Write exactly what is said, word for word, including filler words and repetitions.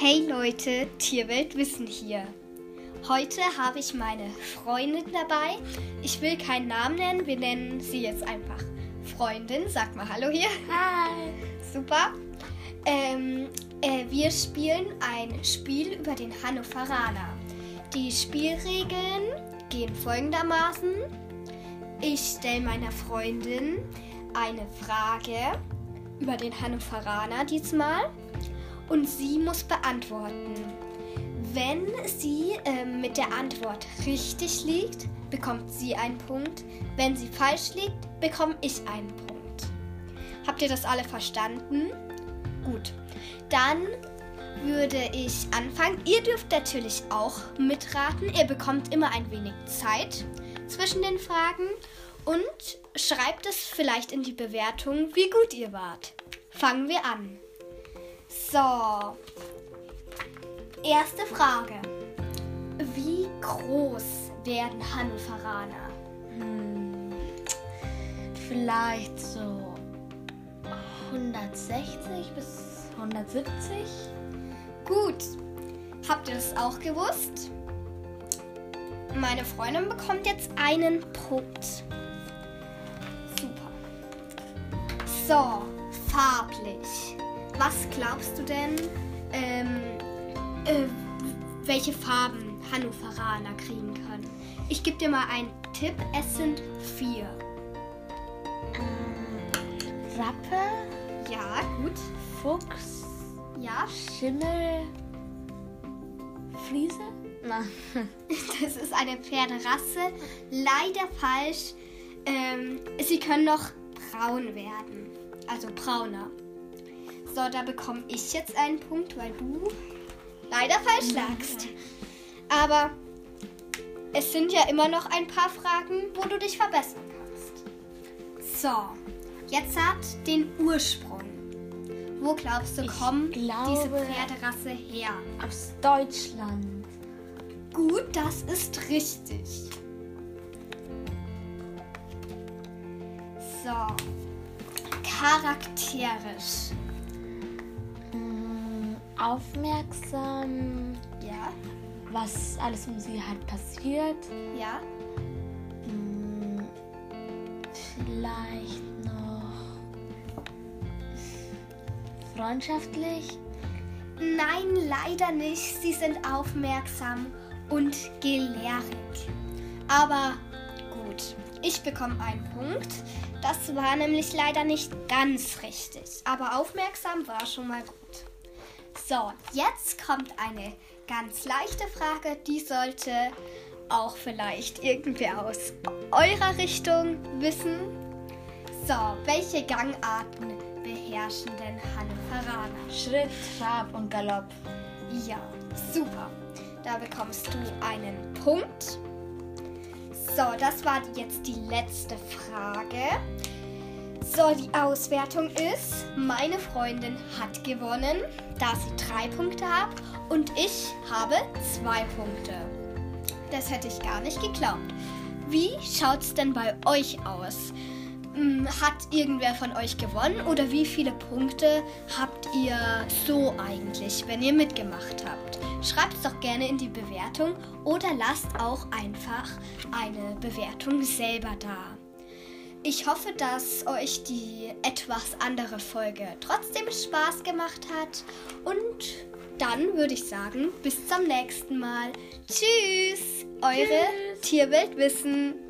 Hey Leute, Tierweltwissen hier. Heute habe ich meine Freundin dabei. Ich will keinen Namen nennen, wir nennen sie jetzt einfach Freundin. Sag mal Hallo hier. Hi. Super. Ähm, äh, wir spielen ein Spiel über den Hannoveraner. Die Spielregeln gehen folgendermaßen. Ich stelle meiner Freundin eine Frage über den Hannoveraner diesmal und sie muss beantworten. Wenn sie äh, mit der Antwort richtig liegt, bekommt sie einen Punkt. Wenn sie falsch liegt, bekomme ich einen Punkt. Habt ihr das alle verstanden? Gut. Dann würde ich anfangen. Ihr dürft natürlich auch mitraten. Ihr bekommt immer ein wenig Zeit zwischen den Fragen und schreibt es vielleicht in die Bewertung, wie gut ihr wart. Fangen wir an. So. Erste Frage. Wie groß werden Hannoveraner? Hm, vielleicht so hundertsechzig bis hundertsiebzig. Gut. Habt ihr das auch gewusst? Meine Freundin bekommt jetzt einen Punkt. Super. So, farblich. Was glaubst du denn, ähm, äh, welche Farben Hannoveraner kriegen können? Ich gebe dir mal einen Tipp. Es sind vier. Ähm, Rappe, Ja, gut. Fuchs, Ja, Schimmel, Friese? Na. das ist eine Pferderasse. Leider falsch. Ähm, sie können noch braun werden. Also brauner. So, da bekomme ich jetzt einen Punkt, weil du leider falsch lagst. Aber es sind ja immer noch ein paar Fragen, wo du dich verbessern kannst. So, jetzt hat den Ursprung. Wo glaubst du, Ich kommt glaube- diese Pferderasse her? Aus Deutschland. Gut, das ist richtig. So, charakterisch. Hm, aufmerksam, Ja, was alles um sie halt passiert. ja. Hm, vielleicht noch freundschaftlich. Nein, leider nicht. Sie sind aufmerksam und gelehrig. Aber gut, ich bekomme einen Punkt. Das war nämlich leider nicht ganz richtig. Aber aufmerksam war schon mal gut. So, jetzt kommt eine ganz leichte Frage. Die sollte auch vielleicht irgendwer aus eurer Richtung wissen. So, welche Gangarten beherrschen denn Hannoveraner? Schritt, Trab und Galopp. Ja, super. Da bekommst du einen Punkt. So, das war jetzt die letzte Frage. So, die Auswertung ist, meine Freundin hat gewonnen, da sie drei Punkte hat und ich habe zwei Punkte. Das hätte ich gar nicht geglaubt. Wie schaut's denn bei euch aus? Hat irgendwer von euch gewonnen oder wie viele Punkte habt ihr so eigentlich, wenn ihr mitgemacht habt? Schreibt es doch gerne in die Bewertung oder lasst auch einfach eine Bewertung selber da. Ich hoffe, dass euch die etwas andere Folge trotzdem Spaß gemacht hat und dann würde ich sagen, bis zum nächsten Mal. Tschüss, eure Tschüss. Tierweltwissen.